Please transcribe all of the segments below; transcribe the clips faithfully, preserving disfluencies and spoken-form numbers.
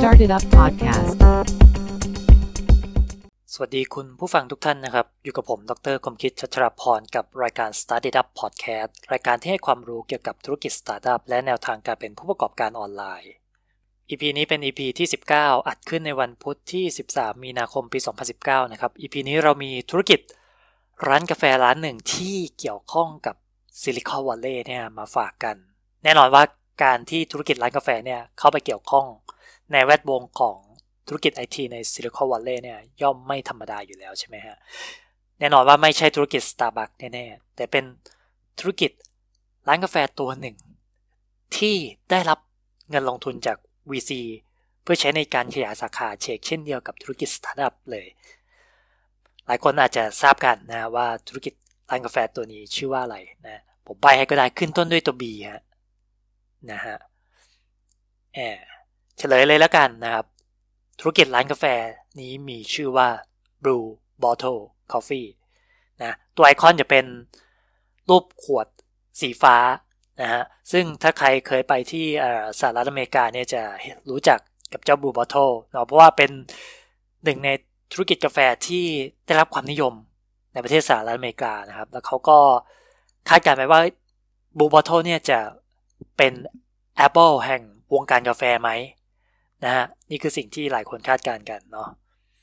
Started Up Podcast สวัสดีคุณผู้ฟังทุกท่านนะครับอยู่กับผมดร.คมคิด ชัชรพรกับรายการ Started Up Podcast รายการที่ให้ความรู้เกี่ยวกับธุรกิจสตาร์ทอัพและแนวทางการเป็นผู้ประกอบการออนไลน์ อี พี นี้เป็น อี พี ที่สิบเก้าอัดขึ้นในวันพุธที่สิบสามมีนาคมปีสองพันสิบเก้านะครับ อี พี นี้เรามีธุรกิจร้านกาแฟร้านหนึ่งที่เกี่ยวข้องกับซิลิคอนวัลเลย์เนี่ยมาฝากกันแน่นอนว่าการที่ธุรกิจร้านกาแฟเนี่ยเข้าไปเกี่ยวข้องในแวดวงของธุรกิจ ไอ ที ในซิลิคอนวัลเลย์เนี่ยย่อมไม่ธรรมดาอยู่แล้วใช่ไหมฮะแน่นอนว่าไม่ใช่ธุรกิจ Starbucks แน่ๆแต่เป็นธุรกิจร้านกาแฟตัวหนึ่งที่ได้รับเงินลงทุนจาก วี ซี เพื่อใช้ในการขยายสาขาเชกเช่นเดียวกับธุรกิจสตาร์ทอัพเลยหลายคนอาจจะทราบกันนะว่าธุรกิจร้านกาแฟตัวนี้ชื่อว่าอะไรนะผมใบ้ให้ก็ได้ขึ้นต้นด้วยตัว B ฮะนะฮะแอบเฉลยเลยแล้วกันนะครับธุรกิจร้านกาแฟนี้มีชื่อว่า Blue Bottle Coffee นะตัวไอคอนจะเป็นรูปขวดสีฟ้านะฮะซึ่งถ้าใครเคยไปที่สหรัฐอเมริกาเนี่ยจะรู้จักกับเจ้า Blue Bottle เนาะเพราะว่าเป็นหนึ่งในธุรกิจกาแฟที่ได้รับความนิยมในประเทศสหรัฐอเมริกานะครับแล้วเขาก็คาดการณ์ไว้ว่า Blue Bottle เนี่ยจะเป็น Apple แห่งวงการกาแฟไหมนะฮะนี่คือสิ่งที่หลายคนคาดการณ์กันเนาะ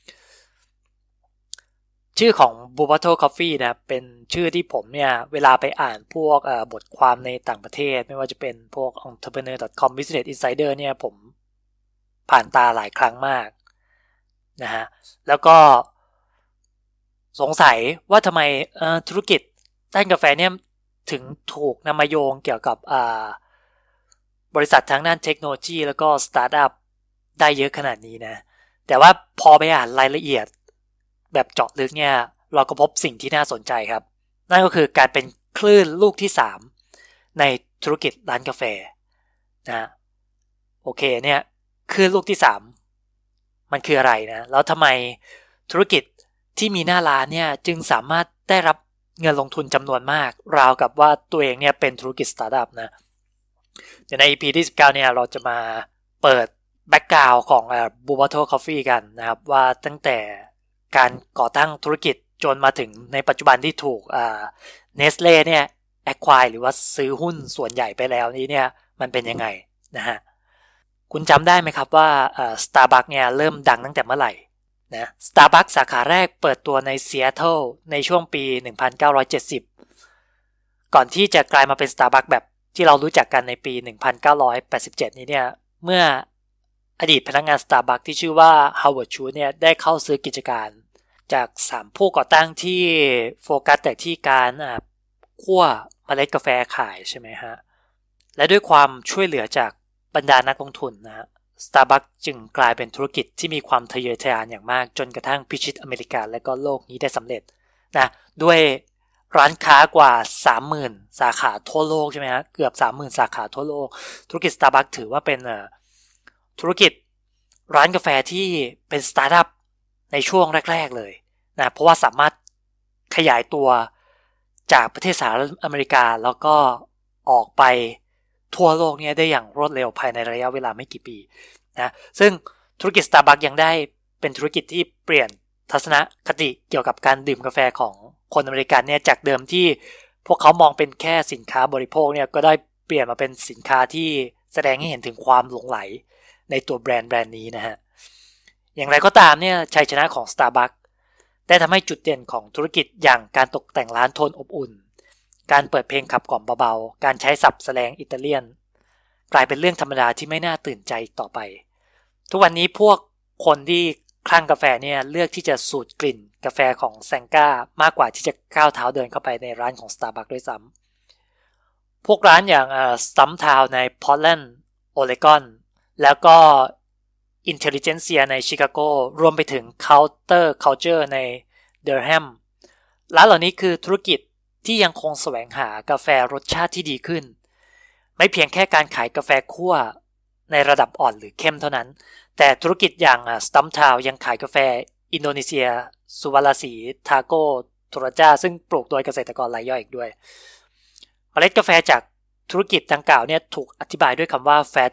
ชื่อของ Blue Bottle Coffee นะเป็นชื่อที่ผมเนี่ยเวลาไปอ่านพวกเอ่อบทความในต่างประเทศไม่ว่าจะเป็นพวก entrepreneur ดอท คอม business insider เนี่ยผมผ่านตาหลายครั้งมากนะฮะแล้วก็สงสัยว่าทำไมเอ่อธุรกิจด้านกาแฟเนี่ยถึงถูกนำมาโยงเกี่ยวกับอ่าบริษัททางด้านเทคโนโลยีแล้วก็สตาร์ทอัพได้เยอะขนาดนี้นะแต่ว่าพอไปอ่านรายละเอียดแบบเจาะลึกเนี่ยเราก็พบสิ่งที่น่าสนใจครับนั่นก็คือการเป็นคลื่นลูกที่สามในธุรกิจร้านกาแฟนะโอเคเนี่ยคลื่นลูกที่สามมันคืออะไรนะแล้วทำไมธุรกิจที่มีหน้าร้านเนี่ยจึงสามารถได้รับเงินลงทุนจำนวนมากราวกับว่าตัวเองเนี่ยเป็นธุรกิจสตาร์ทอัพนะเดี๋ยวใน อี พี ที่สิบเก้าเนี่ยเราจะมาเปิดแบ็คกราวด์ของ Blue Bottle Coffee กันนะครับว่าตั้งแต่การก่อตั้งธุรกิจจนมาถึงในปัจจุบันที่ถูกอ่า Nestle เนี่ย acquire หรือว่าซื้อหุ้นส่วนใหญ่ไปแล้วนี้เนี่ยมันเป็นยังไงนะฮะคุณจำได้ไหมครับว่าอ่า Starbucks เนี่ยเริ่มดังตั้งแต่เมื่อไหร่นะ Starbucks สาขาแรกเปิดตัวใน Seattle ในช่วงปีหนึ่งพันเก้าร้อยเจ็ดสิบก่อนที่จะกลายมาเป็น Starbucks แบบที่เรารู้จักกันในปีหนึ่งพันเก้าร้อยแปดสิบเจ็ดนี้เนี่ยเมื่ออดีตพนักงาน Starbucks ที่ชื่อว่า Howard Schultz เนี่ยได้เข้าซื้อกิจการจากสามผู้ก่อตั้งที่โฟกัสแต่ที่การคั่วเมล็ดกาแฟขายใช่ไหมฮะและด้วยความช่วยเหลือจากบรรดานักลงทุนนะฮะ Starbucks จึงกลายเป็นธุรกิจที่มีความทะเยอทะยานอย่างมากจนกระทั่งพิชิตอเมริกาและก็โลกนี้ได้สำเร็จนะด้วยร้านค้ากว่า สามหมื่น สาขาทั่วโลกใช่ไหมฮะเกือบ สามหมื่น สาขาทั่วโลกธุรกิจ Starbucks ถือว่าเป็นธุรกิจร้านกาแฟที่เป็นสตาร์ทอัพในช่วงแรกๆเลยนะเพราะว่าสามารถขยายตัวจากประเทศสหรัฐอเมริกาแล้วก็ออกไปทั่วโลกเนี่ยได้อย่างรวดเร็วภายในระยะเวลาไม่กี่ปีนะซึ่งธุรกิจ Starbucks ยังได้เป็นธุรกิจที่เปลี่ยนทัศนคติเกี่ยวกับการดื่มกาแฟของคนอเมริกันเนี่ยจากเดิมที่พวกเขามองเป็นแค่สินค้าบริโภคเนี่ยก็ได้เปลี่ยนมาเป็นสินค้าที่แสดงให้เห็นถึงความหลงใหลในตัวแบรนด์แบรนด์นี้นะฮะอย่างไรก็ตามเนี่ยชัยชนะของ Starbucks ได้ทำให้จุดเด่นของธุรกิจอย่างการตกแต่งร้านโทนอบอุ่นการเปิดเพลงขับกล่อมเบาๆการใช้ศัพท์แสดงอิตาเลียนกลายเป็นเรื่องธรรมดาที่ไม่น่าตื่นใจต่อไปทุกวันนี้พวกคนที่คลั่งกาแฟเนี่ยเลือกที่จะสูดกลิ่นกาแฟของแซงก้ามากกว่าที่จะก้าวเท้าเดินเข้าไปในร้านของ Starbucks ด้วยซ้ำพวกร้านอย่างเอ่อ Stumptown ใน Portland Oregon แล้วก็ Intelligentsia ในชิคาโกรวมไปถึง Counter Culture ใน Durham ร้านเหล่านี้คือธุรกิจที่ยังคงแสวงหากาแฟรสชาติที่ดีขึ้นไม่เพียงแค่การขายกาแฟคั่วในระดับอ่อนหรือเข้มเท่านั้นแต่ธุรกิจอย่าง Stumptown ยังขายกาแฟอินโดนีเซียสุวาลาสีทาโกโทราจาซึ่งปลูกโดยเกษตรกรรายย่อยอีกด้วยเมล็ดกาแฟจากธุรกิจดังกล่าวเนี่ยถูกอธิบายด้วยคำว่า Fair Trade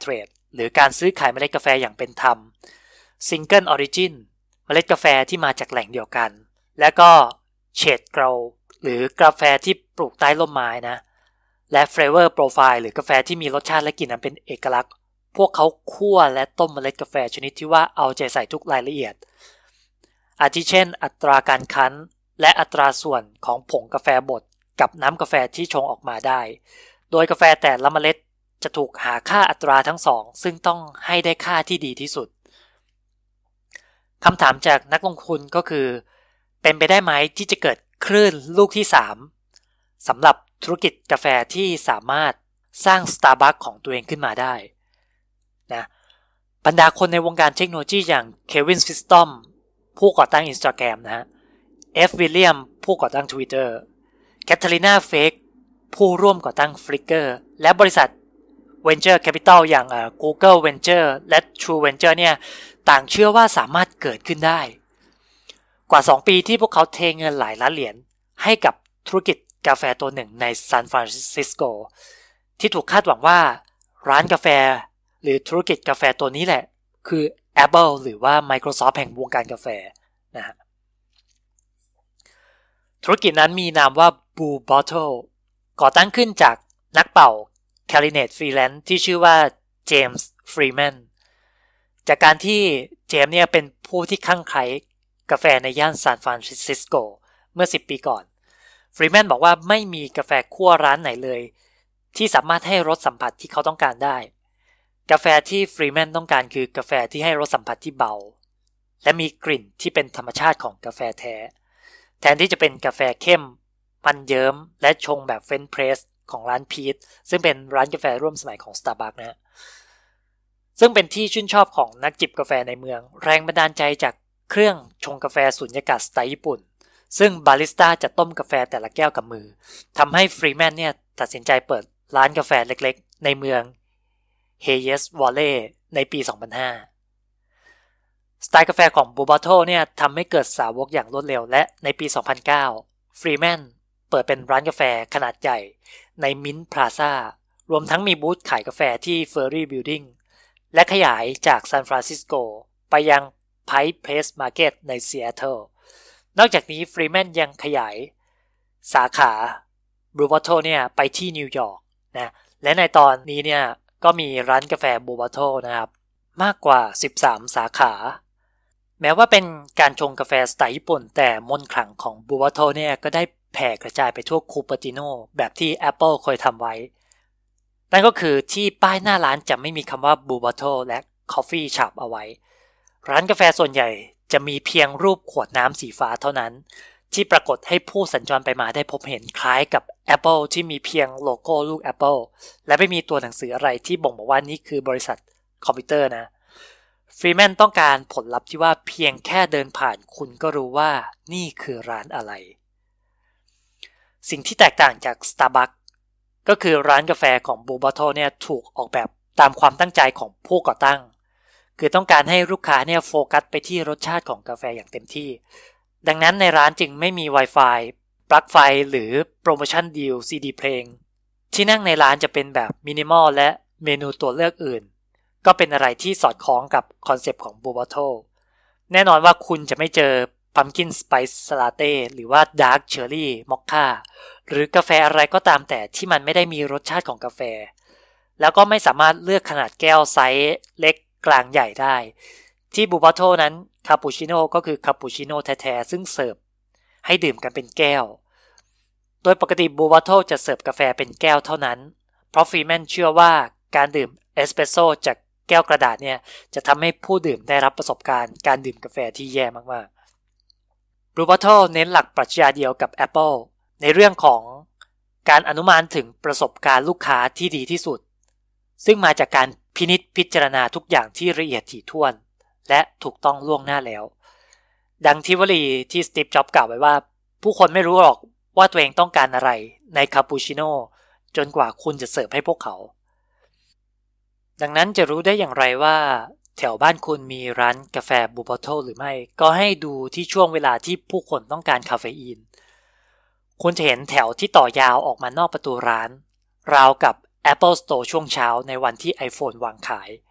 หรือการซื้อขายเมล็ดกาแฟอย่างเป็นธรรม Single Origin เมล็ดกาแฟที่มาจากแหล่งเดียวกันและก็ Shade Grow หรือกาแฟที่ปลูกใต้ร่มไม้นะและ Flavor Profile หรือกาแฟที่มีรสชาติและกลิ่นอันเป็นเอกลักษณ์พวกเขาคั่วและต้มเมล็ดกาแฟชนิดที่ว่าเอาใจใส่ทุกรายละเอียดอาทิเช่นอัตราการคั้นและอัตราส่วนของผงกาแฟบดกับน้ำกาแฟที่ชงออกมาได้โดยกาแฟแต่ละเมล็ดจะถูกหาค่าอัตราทั้งสองซึ่งต้องให้ได้ค่าที่ดีที่สุดคำถามจากนักลงทุนก็คือเป็นไปได้ไหมที่จะเกิดคลื่นลูกที่สามสำหรับธุรกิจกาแฟที่สามารถสร้าง Starbucks ของตัวเองขึ้นมาได้นะบรรดาคนในวงการเทคโนโลยีอย่างเควิน ซิสตอมผู้ก่อตั้ง Instagram นะฮะ F. William ผู้ก่อตั้ง Twitter แคทเธอรีนาเฟกผู้ร่วมก่อตั้ง Flickr และบริษัท Venture Capital อย่าง Google Venture และ True Venture เนี่ยต่างเชื่อว่าสามารถเกิดขึ้นได้กว่าสองปีที่พวกเขาเทเงินหลายล้านเหรียญให้กับธุรกิจกาแฟตัวหนึ่งในซานฟรานซิสโกที่ถูกคาดหวังว่าร้านกาแฟหรือธุรกิจกาแฟตัวนี้แหละคือ Apple หรือว่า Microsoft แห่งวงการกาแฟนะฮะธุรกิจนั้นมีนามว่า Blue Bottle ก่อตั้งขึ้นจากนักเป่าคลาริเนตฟรีแลนซ์ที่ชื่อว่าเจมส์ฟรีแมนจากการที่เจมส์เนี่ยเป็นผู้ที่คลั่งไคล้กาแฟในย่านซานฟรานซิสโกเมื่อสิบปีก่อนฟรีแมนบอกว่าไม่มีกาแฟคั่วร้านไหนเลยที่สามารถให้รสสัมผัสที่เขาต้องการได้กาแฟที่ฟรีแมนต้องการคือกาแฟที่ให้รสสัมผัสที่เบาและมีกลิ่นที่เป็นธรรมชาติของกาแฟแท้แทนที่จะเป็นกาแฟเข้มมันเยิ้มและชงแบบเฟรนช์เพรสของร้านพีทซึ่งเป็นร้านกาแฟร่วมสมัยของ Starbucks นะซึ่งเป็นที่ชื่นชอบของนักจิบกาแฟในเมืองแรงบันดาลใจจากเครื่องชงกาแฟสุญญากาศสไตล์ญี่ปุ่นซึ่งบาริสต้าจะต้มกาแฟแต่ละแก้วกับมือทำให้ฟรีแมนเนี่ยตัดสินใจเปิดร้านกาแฟเล็กๆในเมืองเฮเยสวอลเล่ในปี สองพันห้า สไตล์กาแฟของ Blue Bottle เนี่ยทำให้เกิดสาวกอย่างรวดเร็วและในปี สองพันเก้า ฟรีแมนเปิดเป็นร้านกาแฟขนาดใหญ่ในมินท์พลาซ่ารวมทั้งมีบูธขายกาแฟที่ Ferry Building และขยายจากซานฟรานซิสโกไปยัง Pike Place Market ในซีแอตเทิลนอกจากนี้ฟรีแมนยังขยายสาขา Blue Bottle เนี่ยไปที่นิวยอร์กนะและในตอนนี้เนี่ยก็มีร้านกาแฟ Blue Bottle นะครับมากกว่าสิบสามสาขาแม้ว่าเป็นการชงกาแฟสไตล์ญี่ปุ่นแต่มนต์ขลังของ Blue Bottle เนี่ยก็ได้แผ่กระจายไปทั่วคูปาติโน่แบบที่ Apple เคยทำไว้นั่นก็คือที่ป้ายหน้าร้านจะไม่มีคำว่า Blue Bottle และ Coffee Shop เอาไว้ร้านกาแฟส่วนใหญ่จะมีเพียงรูปขวดน้ำสีฟ้าเท่านั้นที่ปรากฏให้ผู้สัญจรไปมาได้พบเห็นคล้ายกับ Apple ที่มีเพียงโลโก้ลูก Apple และไม่มีตัวหนังสืออะไรที่บ่งบอกว่านี่คือบริษัทคอมพิวเตอร์นะฟรีแมนต้องการผลลัพธ์ที่ว่าเพียงแค่เดินผ่านคุณก็รู้ว่านี่คือร้านอะไรสิ่งที่แตกต่างจาก Starbucks ก็คือร้านกาแฟของ Blue Bottle เนี่ยถูกออกแบบตามความตั้งใจของผู้ก่อตั้งคือต้องการให้ลูกค้าเนี่ยโฟกัสไปที่รสชาติของกาแฟอย่างเต็มที่ดังนั้นในร้านจึงไม่มี Wi-Fi ปลั๊กไฟหรือโปรโมชั่นดีล ซี ดี เพลงที่นั่งในร้านจะเป็นแบบมินิมอลและเมนูตัวเลือกอื่นก็เป็นอะไรที่สอดคล้องกับคอนเซปต์ของ Blue Bottle แน่นอนว่าคุณจะไม่เจอ Pumpkin Spice Latte หรือว่า Dark Cherry Mocha หรือกาแฟอะไรก็ตามแต่ที่มันไม่ได้มีรสชาติของกาแฟแล้วก็ไม่สามารถเลือกขนาดแก้วไซส์เล็กกลางใหญ่ได้ที่ Blue Bottle นั้นคาปูชิโน่ก็คือคาปูชิโน่แท้ๆซึ่งเสิร์ฟให้ดื่มกันเป็นแก้วโดยปกติ Blue Bottle จะเสิร์ฟกาแฟเป็นแก้วเท่านั้นเพราะฟรีแมนเชื่อว่าการดื่มเอสเปรสโซ่จากแก้วกระดาษเนี่ยจะทำให้ผู้ดื่มได้รับประสบการณ์การดื่มกาแฟที่แย่มากๆ Blue Bottle เน้นหลักปรัชญาเดียวกับ Apple ในเรื่องของการอนุมานถึงประสบการณ์ลูกค้าที่ดีที่สุดซึ่งมาจากการพินิจพิจารณาทุกอย่างที่ละเอียดถี่ถ้วนและถูกต้องล่วงหน้าแล้วดังที่วลีที่สตีฟ จ็อบส์กล่าวไว้ว่าผู้คนไม่รู้หรอกว่าตัวเองต้องการอะไรในคาปูชิโน่จนกว่าคุณจะเสิร์ฟให้พวกเขาดังนั้นจะรู้ได้อย่างไรว่าแถวบ้านคุณมีร้านกาแฟ Blue Bottle หรือไม่ก็ให้ดูที่ช่วงเวลาที่ผู้คนต้องการคาเฟอีนคุณจะเห็นแถวที่ต่อยาวออกมานอกประตูร้านราวกับ Apple Store ช่วงเช้าในวันที่ iPhone วางขาย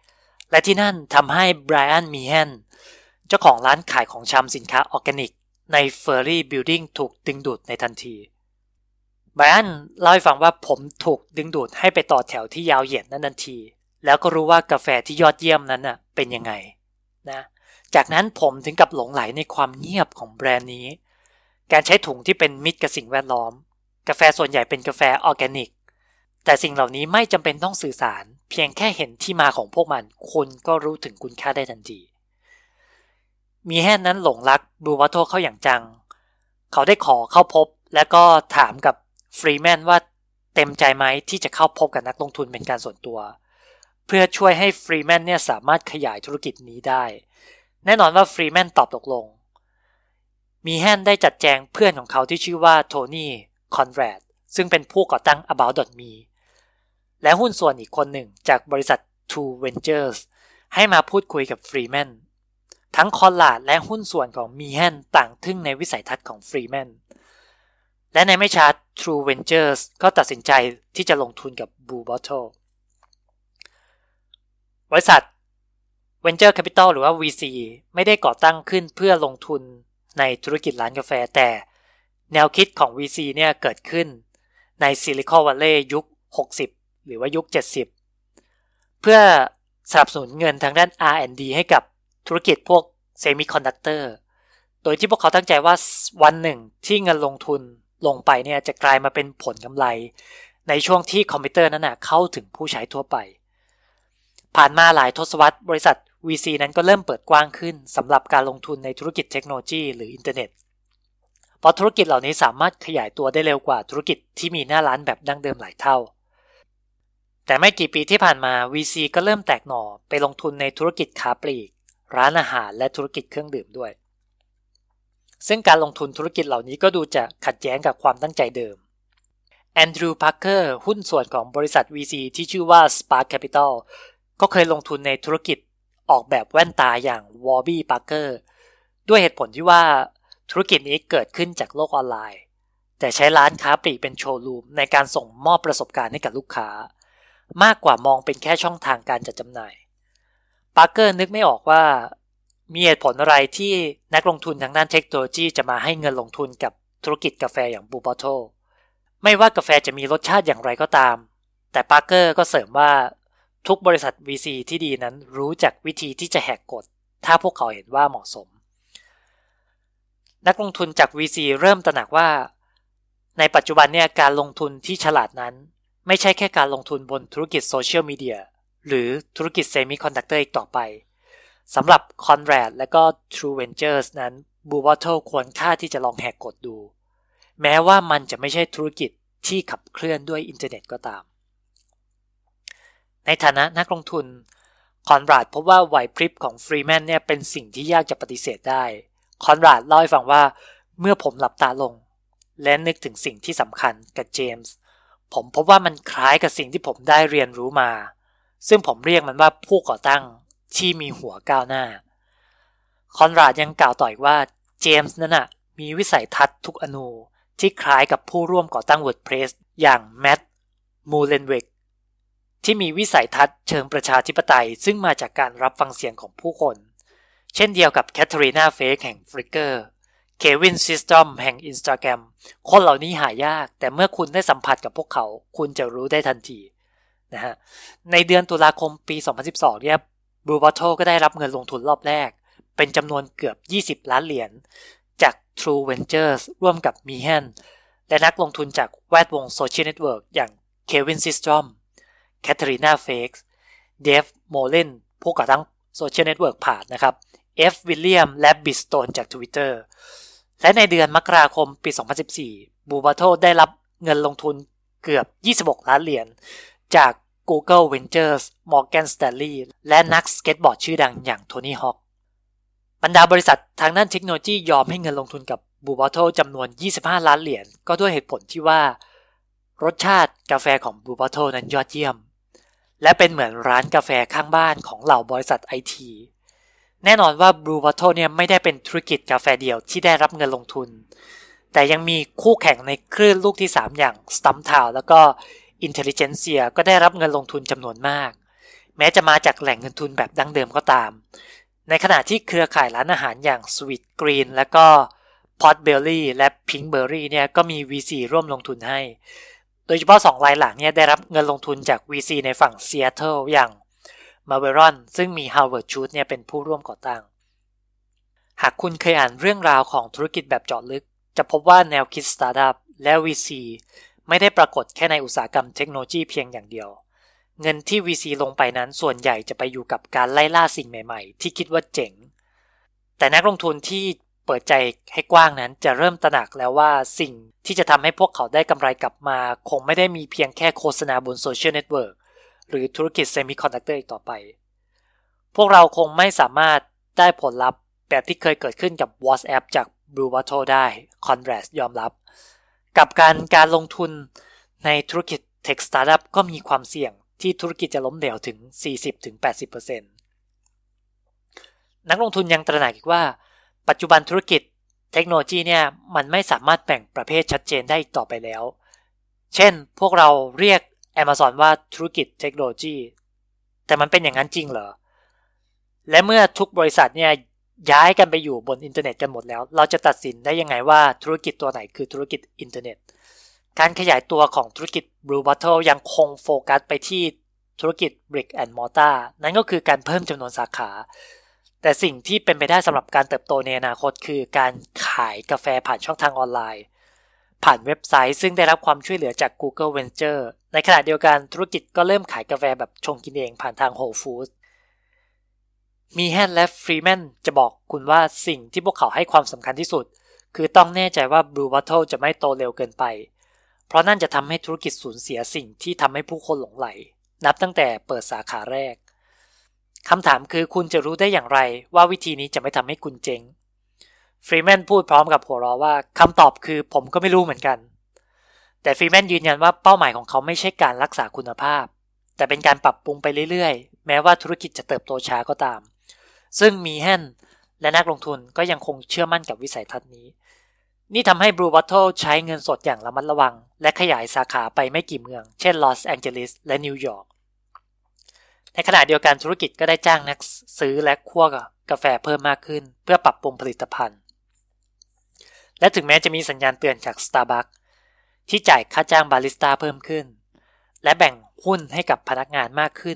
และที่นั่นทำให้ไบรอัน มีแฮนเจ้าของร้านขายของชำสินค้าออร์แกนิกใน Furry Building ถูกดึงดูดในทันทีไบรอันเล่าให้ฟังว่าผมถูกดึงดูดให้ไปต่อแถวที่ยาวเหยียดนั้นทันทีแล้วก็รู้ว่ากาแฟที่ยอดเยี่ยมนั้นน่ะเป็นยังไงนะจากนั้นผมถึงกับหลงไหลในความเงียบของแบรนด์นี้การใช้ถุงที่เป็นมิตรกับสิ่งแวดล้อมกาแฟส่วนใหญ่เป็นกาแฟออร์แกนิกแต่สิ่งเหล่านี้ไม่จำเป็นต้องสื่อสารเพียงแค่เห็นที่มาของพวกมันคุณก็รู้ถึงคุณค่าได้ทันทีมีแฮนนั้นหลงรักบลูวอเตอร์เข้าอย่างจังเขาได้ขอเข้าพบและก็ถามกับฟรีแมนว่าเต็มใจไหมที่จะเข้าพบกับนักลงทุนเป็นการส่วนตัวเพื่อช่วยให้ฟรีแมนเนี่ยสามารถขยายธุรกิจนี้ได้แน่นอนว่าฟรีแมนตอบตกลงมีแฮนได้จัดแจงเพื่อนของเขาที่ชื่อว่าโทนี่คอนแรดซึ่งเป็นผู้ก่อตั้ง About.me และหุ้นส่วนอีกคนหนึ่งจากบริษัท True Ventures ให้มาพูดคุยกับฟรีแมนทั้งคอนราดและหุ้นส่วนของมีแฮนต่างทึ่งในวิสัยทัศน์ของฟรีแมนและในไม่ช้า True Ventures ก็ตัดสินใจที่จะลงทุนกับ Blue Bottle บริษัท Venture Capital หรือว่า วี ซี ไม่ได้ก่อตั้งขึ้นเพื่อลงทุนในธุรกิจร้านกาแฟแต่แนวคิดของ วี ซี เนี่ยเกิดขึ้นใน Silicon Valley ยุคหกสิบหรือว่ายุคเจ็ดสิบเพื่อสนับสนุนเงินทางด้าน อาร์ แอนด์ ดี ให้กับธุรกิจพวก Semiconductor โดยที่พวกเขาตั้งใจว่าวันหนึ่งที่เงินลงทุนลงไปเนี่ยจะกลายมาเป็นผลกำไรในช่วงที่คอมพิวเตอร์นั้นนะเข้าถึงผู้ใช้ทั่วไปผ่านมาหลายทศวรรษบริษัท วี ซี นั้นก็เริ่มเปิดกว้างขึ้นสำหรับการลงทุนในธุรกิจเทคโนโลยีหรืออินเทอร์เน็ตเพราะธุรกิจเหล่านี้สามารถขยายตัวได้เร็วกว่าธุรกิจที่มีหน้าร้านแบบดั้งเดิมหลายเท่าแต่ไม่กี่ปีที่ผ่านมา วี ซี ก็เริ่มแตกหน่อไปลงทุนในธุรกิจค้าปลีกร้านอาหารและธุรกิจเครื่องดื่มด้วยซึ่งการลงทุนธุรกิจเหล่านี้ก็ดูจะขัดแย้งกับความตั้งใจเดิมแอนดรูว์ พาร์เกอร์หุ้นส่วนของบริษัท วี ซี ที่ชื่อว่า Spark Capital ก็เคยลงทุนในธุรกิจออกแบบแว่นตาอย่าง Warby Parker ด้วยเหตุผลที่ว่าธุรกิจนี้เกิดขึ้นจากโลกออนไลน์แต่ใช้ร้านค้าปลีกเป็นโชว์รูมในการส่งมอบประสบการณ์ให้กับลูกค้ามากกว่ามองเป็นแค่ช่องทางการจัดจำหน่าย Parker นึกไม่ออกว่ามีเหตุผลอะไรที่นักลงทุนทางด้านเทคโนโลยีจะมาให้เงินลงทุนกับธุรกิจกาแฟอย่าง Blue Bottle ไม่ว่ากาแฟจะมีรสชาติอย่างไรก็ตามแต่ Parker ก็เสริมว่าทุกบริษัท วี ซี ที่ดีนั้นรู้จักวิธีที่จะแหกกฎถ้าพวกเขาเห็นว่าเหมาะสมนักลงทุนจาก วี ซี เริ่มตระหนักว่าในปัจจุบันเนี่ยการลงทุนที่ฉลาดนั้นไม่ใช่แค่การลงทุนบนธุรกิจโซเชียลมีเดียหรือธุรกิจเซมิคอนดักเตอร์อีกต่อไปสำหรับคอนแรดและก็ True Ventures นั้น Blue Bottle ควรค่าที่จะลองแหกกฎดูแม้ว่ามันจะไม่ใช่ธุรกิจที่ขับเคลื่อนด้วยอินเทอร์เน็ตก็ตามในฐานะนักลงทุนคอนราดพบว่าไหวพริบของฟรีแมนเนี่ยเป็นสิ่งที่ยากจะปฏิเสธได้คอนราดเล่าให้ฟังว่าเมื่อผมหลับตาลงและนึกถึงสิ่งที่สำคัญกับเจมส์ผมพบว่ามันคล้ายกับสิ่งที่ผมได้เรียนรู้มาซึ่งผมเรียกมันว่าผู้ก่อตั้งที่มีหัวก้าวหน้าคอนราดยังกล่าวต่ออีกว่าเจมส์นั้นน่ะมีวิสัยทัศน์ทุกอนูที่คล้ายกับผู้ร่วมก่อตั้ง WordPress อย่างแมตต์ มูเลนเวกที่มีวิสัยทัศน์เชิงประชาธิปไตยซึ่งมาจากการรับฟังเสียงของผู้คนเช่นเดียวกับแคทเธอรีนา เฟกแห่ง Flickr เควิน ซิสตอมแห่ง Instagram คนเหล่านี้หายากแต่เมื่อคุณได้สัมผัสกับพวกเขาคุณจะรู้ได้ทันทีนะฮะในเดือนตุลาคมปีสองพันสิบสองเนี่ย Blue Bottle ก็ได้รับเงินลงทุนรอบแรกเป็นจำนวนเกือบยี่สิบล้านเหรียญจาก True Ventures ร่วมกับมีแฮนและนักลงทุนจากแวดวงโซเชียลเน็ตเวิร์กอย่างเควิน ซิสตอมแคทเธอรีนา เฟกเดฟ โมเลนผู้ก่อตั้งโซเชียลเน็ตเวิร์กผ่านนะครับเอฟ วิลเลียมและบิสโตนจาก Twitter และในเดือนมกราคมปีสองพันสิบสี่ Blue Bottle ได้รับเงินลงทุนเกือบยี่สิบหกล้านเหรียญจาก Google Ventures Morgan Stanley และนักสเก็ตบอร์ดชื่อดังอย่างโทนี่ฮอคบรรดาบริษัททางด้านเทคโนโลยียอมให้เงินลงทุนกับ Blue Bottle จำนวนยี่สิบห้าล้านเหรียญก็ด้วยเหตุผลที่ว่ารสชาติกาแฟของ Blue Bottle นั้นยอดเยี่ยมและเป็นเหมือนร้านกาแฟข้างบ้านของเหล่าบริษัท ไอ ที แน่นอนว่า Blue Bottle เนี่ยไม่ได้เป็นธุรกิจกาแฟเดียวที่ได้รับเงินลงทุนแต่ยังมีคู่แข่งในคลื่นลูกที่สามอย่าง Stumptown แล้วก็ Intelligentsia ก็ได้รับเงินลงทุนจำนวนมากแม้จะมาจากแหล่งเงินทุนแบบดั้งเดิมก็ตามในขณะที่เครือข่ายร้านอาหารอย่าง Sweet Green และก็ Potbelly และ Pinkberry เนี่ยก็มี วี ซี ร่วมลงทุนให้โดยเฉพาะสองรายหลังเนี่ยได้รับเงินลงทุนจาก วี ซี ในฝั่ง Seattle อย่าง Maveron ซึ่งมี Howard Schultz เนี่ยเป็นผู้ร่วมก่อตั้งหากคุณเคยอ่านเรื่องราวของธุรกิจแบบเจาะลึกจะพบว่าแนวคิดสตาร์ทอัพและ วี ซี ไม่ได้ปรากฏแค่ในอุตสาหกรรมเทคโนโลยีเพียงอย่างเดียวเงินที่ วี ซี ลงไปนั้นส่วนใหญ่จะไปอยู่กับการไล่ล่าสิ่งใหม่ๆที่คิดว่าเจ๋งแต่นักลงทุนที่เปิดใจให้กว้างนั้นจะเริ่มตระหนักแล้วว่าสิ่งที่จะทำให้พวกเขาได้กำไรกลับมาคงไม่ได้มีเพียงแค่โฆษณาบนโซเชียลเน็ตเวิร์กหรือธุรกิจเซมิคอนดักเตอร์อีกต่อไปพวกเราคงไม่สามารถได้ผลลัพธ์แบบที่เคยเกิดขึ้นกับ WhatsApp จาก Blue Bottle ได้ Conrad ยอมรับกับการการลงทุนในธุรกิจ Tech Startup ก็มีความเสี่ยงที่ธุรกิจจะล้มเหลวถึง สี่สิบถึงแปดสิบเปอร์เซ็นต์ นักลงทุนยังตระหนักอีกว่าปัจจุบันธุรกิจเทคโนโลยีเนี่ยมันไม่สามารถแบ่งประเภทชัดเจนได้อีกต่อไปแล้วเช่นพวกเราเรียก Amazon ว่าธุรกิจเทคโนโลยีแต่มันเป็นอย่างนั้นจริงเหรอและเมื่อทุกบริษัทเนี่ยย้ายกันไปอยู่บนอินเทอร์เน็ตกันหมดแล้วเราจะตัดสินได้ยังไงว่าธุรกิจตัวไหนคือธุรกิจอินเทอร์เน็ตการขยายตัวของธุรกิจ Blue Bottle ยังคงโฟกัสไปที่ธุรกิจ Brick and Mortar นั่นก็คือการเพิ่มจำนวนสาขาแต่สิ่งที่เป็นไปได้สำหรับการเติบโตในอนาคตคือการขายกาแฟผ่านช่องทางออนไลน์ผ่านเว็บไซต์ซึ่งได้รับความช่วยเหลือจาก Google Venture ในขณะเดียวกันธุรกิจก็เริ่มขายกาแฟแบบชงกินเองผ่านทาง Whole Foods มีแฮนและฟรีแมนจะบอกคุณว่าสิ่งที่พวกเขาให้ความสำคัญที่สุดคือต้องแน่ใจว่า Blue Bottle จะไม่โตเร็วเกินไปเพราะนั่นจะทำให้ธุรกิจสูญเสียสิ่งที่ทำให้ผู้คนหลงไหลนับตั้งแต่เปิดสาขาแรกคำถามคือคุณจะรู้ได้อย่างไรว่าวิธีนี้จะไม่ทำให้คุณเจ๊งฟรีแมนพูดพร้อมกับหัวเราะว่าคำตอบคือผมก็ไม่รู้เหมือนกันแต่ฟรีแมนยืนยันว่าเป้าหมายของเขาไม่ใช่การรักษาคุณภาพแต่เป็นการปรับปรุงไปเรื่อยๆแม้ว่าธุรกิจจะเติบโตช้าก็ตามซึ่งมีแฮนและนักลงทุนก็ยังคงเชื่อมั่นกับวิสัยทัศน์นี้นี่ทำให้ Blue Bottle ใช้เงินสดอย่างระมัดระวังและขยายสาขาไปไม่กี่เมืองเช่นลอสแองเจลิสและนิวยอร์กในขณะเดียวกันธุรกิจก็ได้จ้างนักซื้อและคั่วกาแฟเพิ่มมากขึ้นเพื่อปรับปรุงผลิตภัณฑ์และถึงแม้จะมีสัญญาณเตือนจาก Starbucks ที่จ่ายค่าจ้างบาริสต้าเพิ่มขึ้นและแบ่งหุ้นให้กับพนักงานมากขึ้น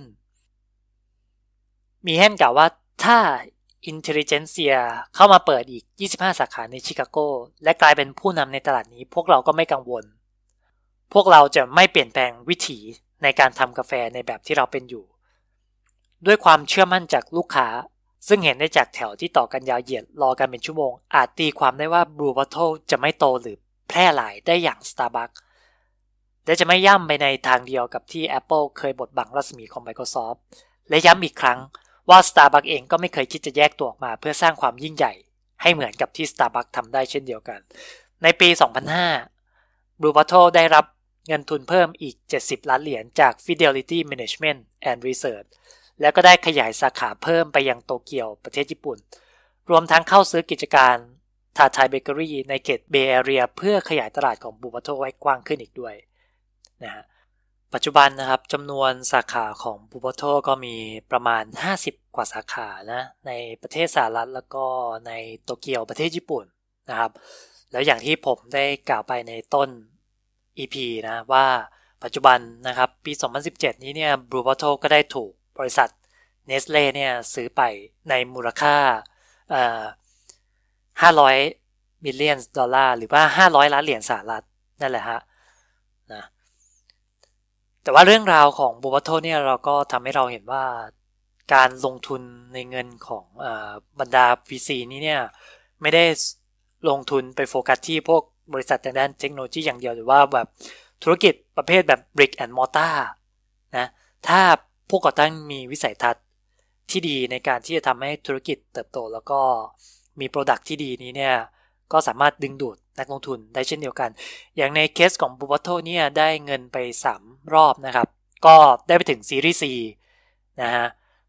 มีแฮนกล่าวว่าถ้าIntelligentsia เข้ามาเปิดอีกยี่สิบห้าสาขาในชิคาโกและกลายเป็นผู้นำในตลาดนี้พวกเราก็ไม่กังวลพวกเราจะไม่เปลี่ยนแปลงวิถีในการทำกาแฟในแบบที่เราเป็นอยู่ด้วยความเชื่อมั่นจากลูกค้าซึ่งเห็นได้จากแถวที่ต่อกันยาวเหยียดรอกันเป็นชั่วโมงอาจตีความได้ว่า Blue Bottle จะไม่โตหรือแพร่หลายได้อย่าง Starbucks และจะไม่ย่ำไปในทางเดียวกับที่ Apple เคยบดบังรัศมีของ Microsoft และย้ำอีกครั้งว่า Starbucks เองก็ไม่เคยคิดจะแยกตัวออกมาเพื่อสร้างความยิ่งใหญ่ให้เหมือนกับที่ Starbucks ทำได้เช่นเดียวกันในปี สองพันห้า Blue Bottle ได้รับเงินทุนเพิ่มอีกเจ็ดสิบล้านเหรียญจาก Fidelity Management and Research แล้วก็ได้ขยายสาขาเพิ่มไปยังโตเกียวประเทศญี่ปุ่นรวมทั้งเข้าซื้อกิจการทาไทเบเกอรี่ในเขตเบย์แอเรียเพื่อขยายตลาดของ Blue Bottle ให้กว้างขึ้นอีกด้วยนะฮะปัจจุบันนะครับจำนวนสาขาของ Blue Bottle ก็มีประมาณห้าสิบกว่าสาขานะในประเทศสหรัฐแล้วก็ในโตเกียวประเทศญี่ปุ่นนะครับแล้วอย่างที่ผมได้กล่าวไปในต้น อี พี นะว่าปัจจุบันนะครับปีสองพันสิบเจ็ดนี้เนี่ย Blue Bottle ก็ได้ถูกบริษัท Nestle เนี่ยซื้อไปในมูลค่าเอ่อห้าร้อยมิลเลียนดอลลาร์หรือว่าห้าร้อยล้านเหรียญสหรัฐนั่นแหละฮะนะแต่ว่าเรื่องราวของ Blue Bottle เนี่ยเราก็ทำให้เราเห็นว่าการลงทุนในเงินของเอ่อบรรดา วี ซี นี้เนี่ยไม่ได้ลงทุนไปโฟกัสที่พวกบริษัททางด้านเทคโนโลยีอย่างเดียวหรือว่าแบบธุรกิจประเภทแบบ Brick and Mortar นะถ้าผู้ก่อตั้งมีวิสัยทัศน์ที่ดีในการที่จะทำให้ธุรกิจเติบโตแล้วก็มี Product ที่ดีนี้เนี่ยก็สามารถดึงดูดนักลงทุนได้เช่นเดียวกันอย่างในเคสของ Blue Bottle เนี่ยได้เงินไปสามรอบนะครับก็ได้ไปถึงซีรีส์ C นะฮะ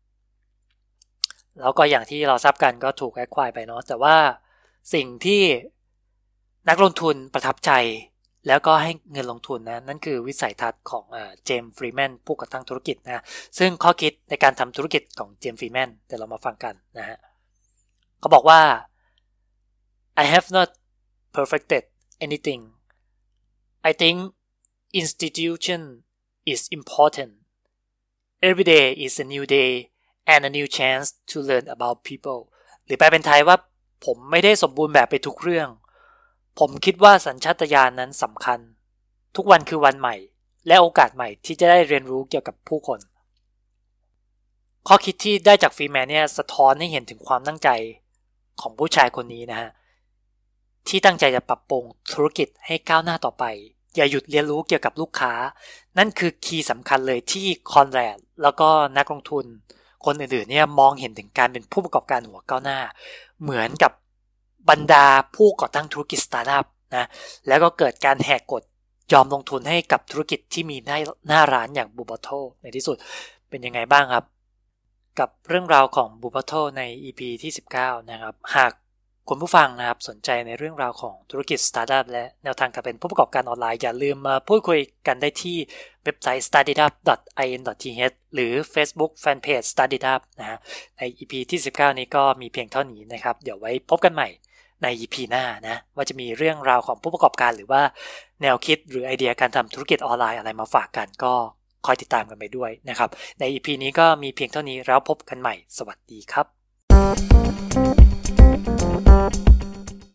แล้วก็อย่างที่เราทราบกันก็ถูกแอคควายไปเนาะแต่ว่าสิ่งที่นักลงทุนประทับใจแล้วก็ให้เงินลงทุนนะนั่นคือวิสัยทัศน์ของเจมส์ฟรีแมนผู้ก่อตั้งธุรกิจนะซึ่งข้อคิดในการทำธุรกิจของเจมส์ฟรีแมนเดี๋ยวเรามาฟังกันนะฮะเขาบอกว่า I have not perfected anything I think institution is important every day is a new day and a new chance to learn about people หรือแปลเป็นไทยว่าผมไม่ได้สมบูรณ์แบบไปทุกเรื่องผมคิดว่าสัญชาตญาณนั้นสำคัญทุกวันคือวันใหม่และโอกาสใหม่ที่จะได้เรียนรู้เกี่ยวกับผู้คนข้อคิดที่ได้จากฟรีแมนเนี่ยสะท้อนให้เห็นถึงความตั้งใจของผู้ชายคนนี้นะฮะที่ตั้งใจจะปรับปรุงธุรกิจให้ก้าวหน้าต่อไปอย่าหยุดเรียนรู้เกี่ยวกับลูกค้านั่นคือคีย์สำคัญเลยที่คอนแรดแล้วก็นักลงทุนคนอื่นๆเนี่ยมองเห็นถึงการเป็นผู้ประกอบการหัวก้าวหน้าเหมือนกับบรรดาผู้ก่อตั้งธุรกิจสตาร์ทอัพนะแล้วก็เกิดการแหกกฎยอมลงทุนให้กับธุรกิจที่มีหน้าหน้าร้านอย่างบูบาโตในที่สุดเป็นยังไงบ้างครับกับเรื่องราวของบูบาโตใน อี พี ที่สิบเก้านะครับหากคุณผู้ฟังนะครับสนใจในเรื่องราวของธุรกิจสตาร์ทอัพและแนวทางการเป็นผู้ประกอบการออนไลน์อย่าลืมมาพูดคุยกันได้ที่เว็บไซต์ สตาร์ทอัพ ดอท ไอ เอ็น ดอท ที เอช หรือ Facebook Fanpage Startup นะฮะใน อี พี ที่สิบเก้านี้ก็มีเพียงเท่านี้นะครับเดี๋ยวไว้พบกันใหม่ใน อี พี หน้านะว่าจะมีเรื่องราวของผู้ประกอบการหรือว่าแนวคิดหรือไอเดียการทำธุรกิจออนไลน์อะไรมาฝากกันก็คอยติดตามกันไปด้วยนะครับใน อี พี นี้ก็มีเพียงเท่านี้แล้วพบกันใหม่สวัสดีครับ